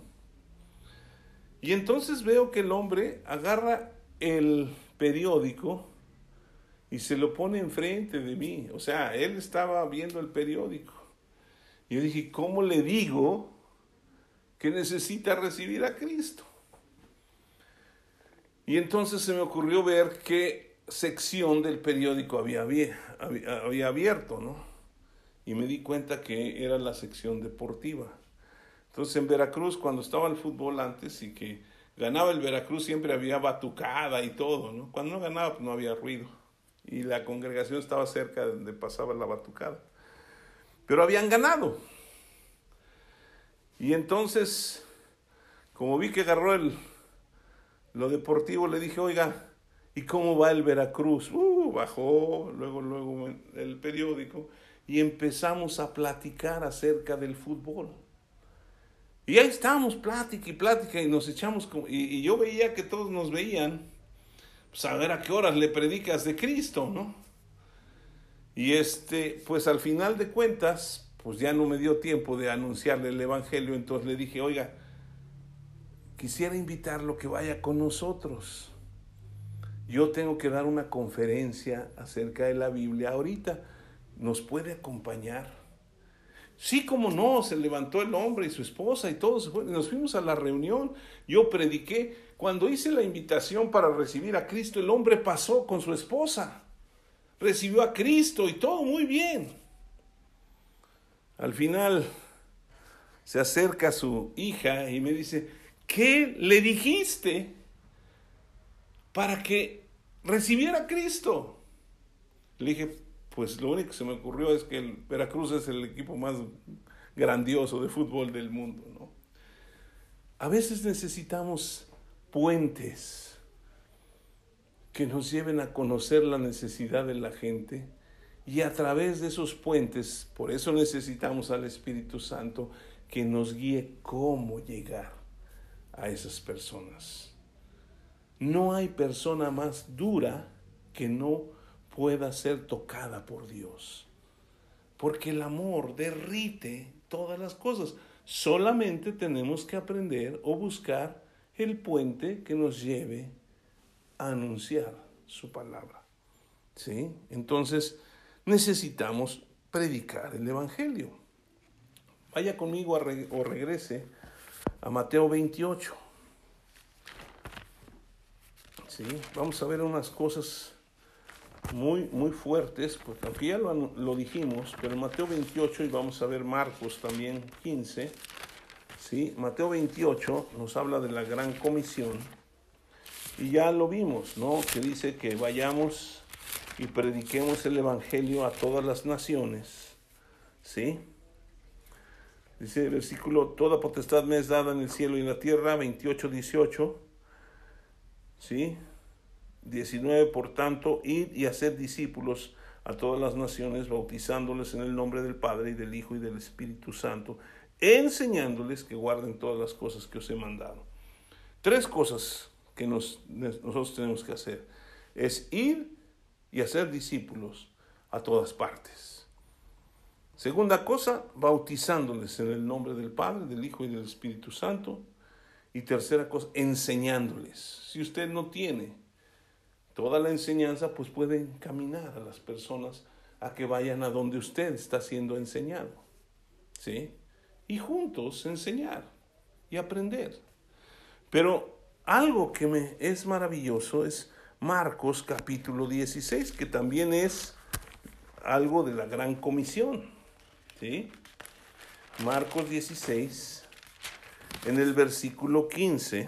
Y entonces veo que el hombre agarra el periódico y se lo pone enfrente de mí. O sea, él estaba viendo el periódico. Y yo dije, ¿cómo le digo que necesita recibir a Cristo? Y entonces se me ocurrió ver qué sección del periódico había abierto, ¿no? Y me di cuenta que era la sección deportiva. Entonces en Veracruz, cuando estaba el fútbol antes y que ganaba el Veracruz, siempre había batucada y todo, ¿no? Cuando no ganaba, pues no había ruido. Y la congregación estaba cerca de donde pasaba la batucada. Pero habían ganado. Y entonces, como vi que agarró lo deportivo, le dije, oiga, ¿y cómo va el Veracruz? Bajó luego el periódico y empezamos a platicar acerca del fútbol. Y ahí estábamos, plática y nos echamos, y yo veía que todos nos veían, pues a ver a qué horas le predicas de Cristo, ¿no? Y pues al final de cuentas, pues ya no me dio tiempo de anunciarle el Evangelio, entonces le dije, oiga, quisiera invitarlo que vaya con nosotros. Yo tengo que dar una conferencia acerca de la Biblia ahorita. ¿Nos puede acompañar? Sí, cómo no, se levantó el hombre y su esposa y todos nos fuimos a la reunión. Yo prediqué. Cuando hice la invitación para recibir a Cristo, el hombre pasó con su esposa. Recibió a Cristo y todo muy bien. Al final se acerca su hija y me dice, ¿qué le dijiste para que recibiera a Cristo? Le dije, pues lo único que se me ocurrió es que el Veracruz es el equipo más grandioso de fútbol del mundo, ¿no? A veces necesitamos puentes que nos lleven a conocer la necesidad de la gente y a través de esos puentes, por eso necesitamos al Espíritu Santo que nos guíe cómo llegar a esas personas. No hay persona más dura que no pueda ser tocada por Dios. porque el amor derrite todas las cosas. Solamente tenemos que aprender o buscar el puente que nos lleve a anunciar su palabra. ¿Sí? Entonces necesitamos predicar el Evangelio. Vaya conmigo o regrese a Mateo 28. ¿Sí? Vamos a ver unas cosas muy, muy fuertes, porque aunque ya lo dijimos, pero Mateo 28 y vamos a ver Marcos también 15. ¿Sí? Mateo 28 nos habla de la gran comisión y ya lo vimos, ¿no? Que dice que vayamos y prediquemos el Evangelio a todas las naciones. ¿Sí? Dice el versículo, toda potestad me es dada en el cielo y en la tierra, 28-18. ¿Sí? 19, por tanto, id y haced discípulos a todas las naciones, bautizándoles en el nombre del Padre y del Hijo y del Espíritu Santo, enseñándoles que guarden todas las cosas que os he mandado. Tres cosas que nosotros tenemos que hacer. Es ir y hacer discípulos a todas partes. Segunda cosa, bautizándoles en el nombre del Padre, del Hijo y del Espíritu Santo. Y tercera cosa, enseñándoles. Si usted no tiene toda la enseñanza, pues puede encaminar a las personas a que vayan a donde usted está siendo enseñado. ¿Sí? Y juntos enseñar y aprender. Pero algo que me es maravilloso es Marcos capítulo 16, que también es algo de la gran comisión. ¿Sí? Marcos 16, en el versículo 15,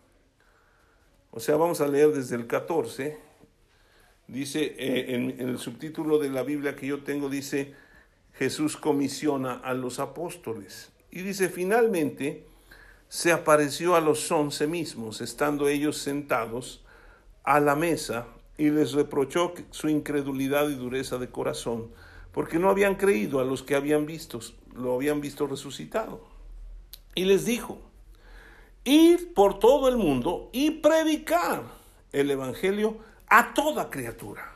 o sea, vamos a leer desde el 14, dice, en el subtítulo de la Biblia que yo tengo, dice, Jesús comisiona a los apóstoles. Y dice, finalmente, se apareció a los 11 mismos, estando ellos sentados a la mesa, y les reprochó su incredulidad y dureza de corazón, porque no habían creído a los que lo habían visto resucitado. Y les dijo, id por todo el mundo y predicar el Evangelio a toda criatura.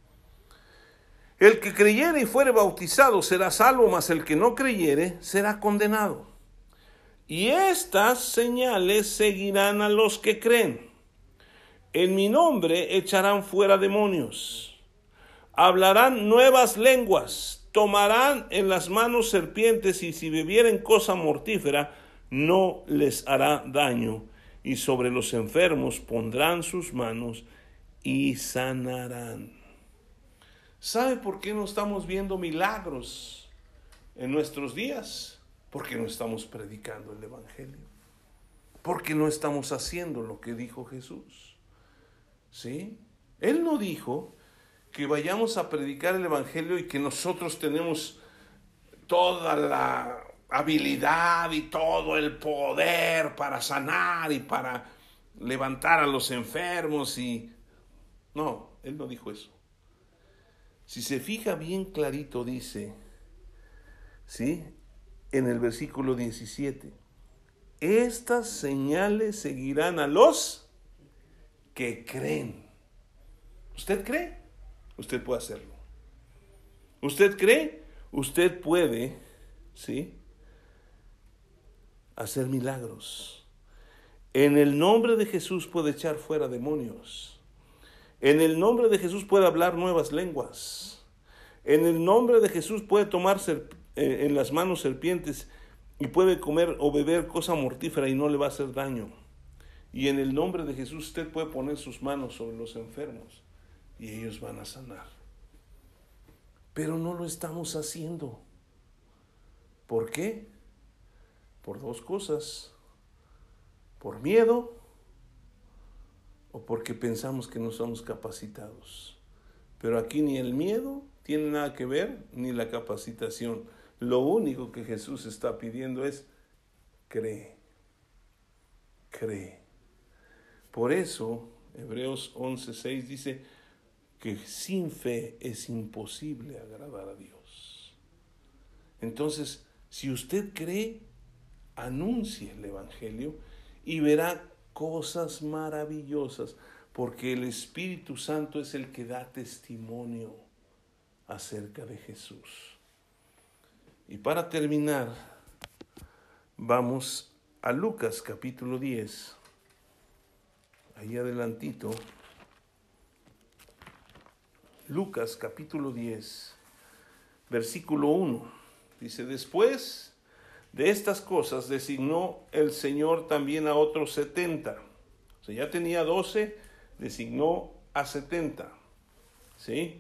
El que creyere y fuere bautizado será salvo, mas el que no creyere será condenado. Y estas señales seguirán a los que creen. En mi nombre echarán fuera demonios, hablarán nuevas lenguas, tomarán en las manos serpientes, y si bebieren cosa mortífera, no les hará daño, y sobre los enfermos pondrán sus manos y sanarán. ¿Sabe por qué no estamos viendo milagros en nuestros días? Porque no estamos predicando el Evangelio. Porque no estamos haciendo lo que dijo Jesús. ¿Sí? Él no dijo que vayamos a predicar el Evangelio y que nosotros tenemos toda la habilidad y todo el poder para sanar y para levantar a los enfermos No, él no dijo eso. Si se fija bien clarito dice, ¿sí? En el versículo 17, estas señales seguirán a los que creen. ¿Usted cree? Usted puede hacerlo. ¿Usted cree? Usted puede, ¿sí?, hacer milagros. En el nombre de Jesús puede echar fuera demonios. En el nombre de Jesús puede hablar nuevas lenguas. En el nombre de Jesús puede tomar en las manos serpientes y puede comer o beber cosa mortífera y no le va a hacer daño. Y en el nombre de Jesús usted puede poner sus manos sobre los enfermos y ellos van a sanar. Pero no lo estamos haciendo. ¿Por qué? Por dos cosas. Por miedo o porque pensamos que no somos capacitados. Pero aquí ni el miedo tiene nada que ver, ni la capacitación. Lo único que Jesús está pidiendo es cree. Cree. Por eso, Hebreos 11:6 dice que sin fe es imposible agradar a Dios. Entonces, si usted cree, anuncie el Evangelio y verá cosas maravillosas, porque el Espíritu Santo es el que da testimonio acerca de Jesús. Y para terminar, vamos a Lucas capítulo 10, ahí adelantito. Lucas capítulo 10, versículo 1. Dice, después de estas cosas designó el Señor también a otros 70. O sea, ya tenía 12, designó a 70. ¿Sí?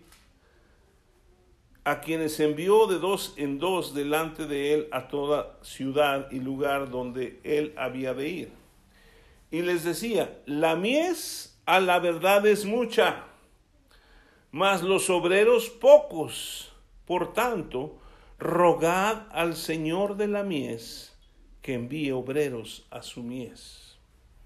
A quienes envió de dos en dos delante de él a toda ciudad y lugar donde él había de ir. Y les decía, la mies a la verdad es mucha, mas los obreros pocos. Por tanto, rogad al Señor de la mies que envíe obreros a su mies.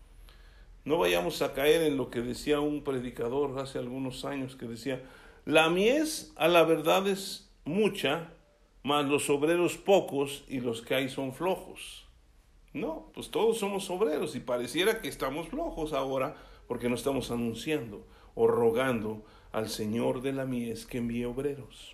No vayamos a caer en lo que decía un predicador hace algunos años, que decía, la mies a la verdad es mucha, mas los obreros pocos y los que hay son flojos. No, pues todos somos obreros y pareciera que estamos flojos ahora porque no estamos anunciando o rogando al Señor de la mies que envíe obreros.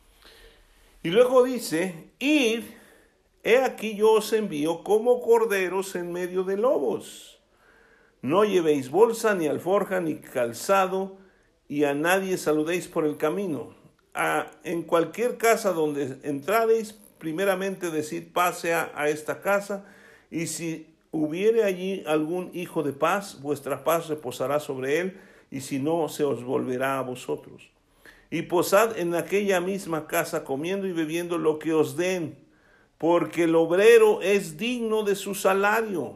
Y luego dice, id, he aquí yo os envío como corderos en medio de lobos. No llevéis bolsa, ni alforja, ni calzado, y a nadie saludéis por el camino. En cualquier casa donde entrareis, primeramente decid, pase a esta casa, y si hubiere allí algún hijo de paz, vuestra paz reposará sobre él, y si no, se os volverá a vosotros. Y posad en aquella misma casa, comiendo y bebiendo lo que os den, porque el obrero es digno de su salario.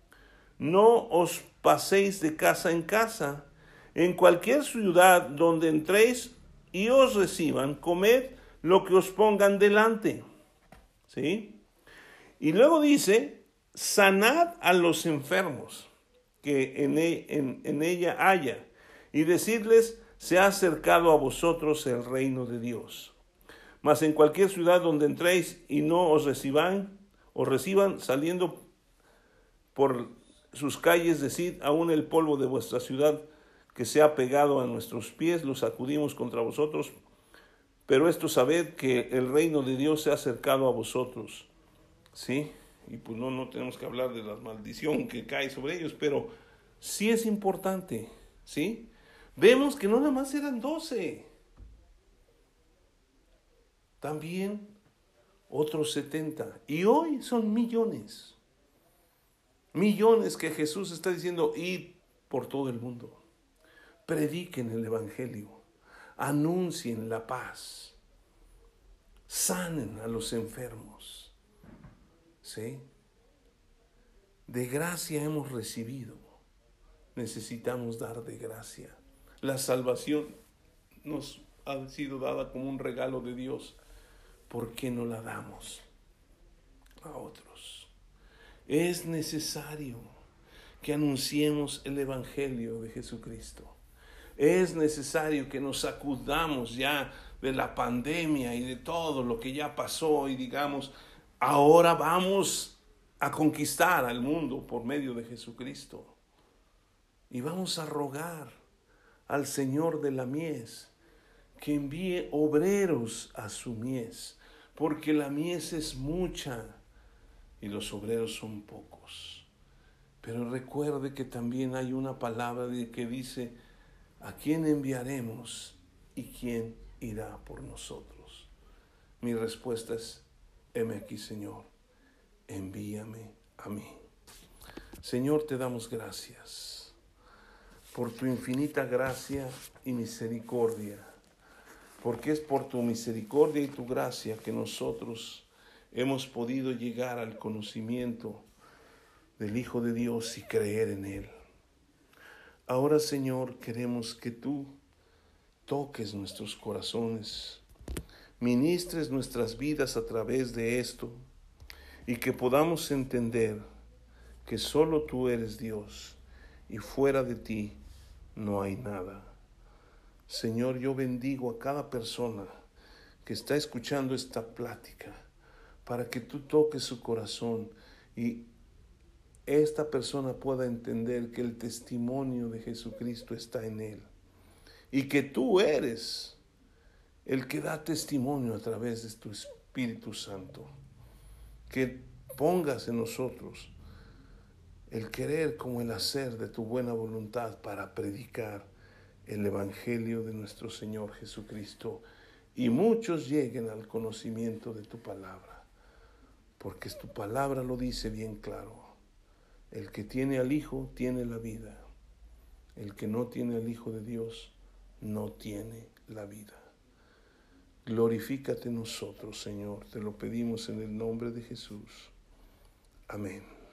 No os paséis de casa en casa. En cualquier ciudad donde entréis y os reciban, comed lo que os pongan delante. ¿Sí? Y luego dice, sanad a los enfermos que en ella haya, y decidles, se ha acercado a vosotros el reino de Dios. Mas en cualquier ciudad donde entréis y no os reciban, saliendo por sus calles, decid, aún el polvo de vuestra ciudad que se ha pegado a nuestros pies, lo sacudimos contra vosotros. Pero esto sabed que el reino de Dios se ha acercado a vosotros. ¿Sí? Y pues no tenemos que hablar de la maldición que cae sobre ellos, pero sí es importante. ¿Sí? Vemos que no nada más eran 12. También otros 70. Y hoy son millones. Millones que Jesús está diciendo, id por todo el mundo. Prediquen el evangelio. Anuncien la paz. Sanen a los enfermos. ¿Sí? De gracia hemos recibido. Necesitamos dar de gracia. La salvación nos ha sido dada como un regalo de Dios. ¿Por qué no la damos a otros? Es necesario que anunciemos el evangelio de Jesucristo. Es necesario que nos sacudamos ya de la pandemia y de todo lo que ya pasó y digamos, ahora vamos a conquistar al mundo por medio de Jesucristo. Y vamos a rogar al Señor de la mies que envíe obreros a su mies, porque la mies es mucha y los obreros son pocos. Pero recuerde que también hay una palabra que dice, ¿a quién enviaremos y quién irá por nosotros? Mi respuesta es, heme aquí, Señor, envíame a mí. Señor, te damos gracias por tu infinita gracia y misericordia, porque es por tu misericordia y tu gracia que nosotros hemos podido llegar al conocimiento del Hijo de Dios y creer en Él. Ahora, Señor, queremos que tú toques nuestros corazones, ministres nuestras vidas a través de esto y que podamos entender que solo tú eres Dios y fuera de ti no hay nada. Señor, yo bendigo a cada persona que está escuchando esta plática para que tú toques su corazón y esta persona pueda entender que el testimonio de Jesucristo está en él y que tú eres el que da testimonio a través de tu Espíritu Santo, que pongas en nosotros el querer como el hacer de tu buena voluntad para predicar el Evangelio de nuestro Señor Jesucristo y muchos lleguen al conocimiento de tu palabra, porque tu palabra lo dice bien claro. El que tiene al Hijo tiene la vida. El que no tiene al Hijo de Dios no tiene la vida. Glorifícate en nosotros, Señor, te lo pedimos en el nombre de Jesús. Amén.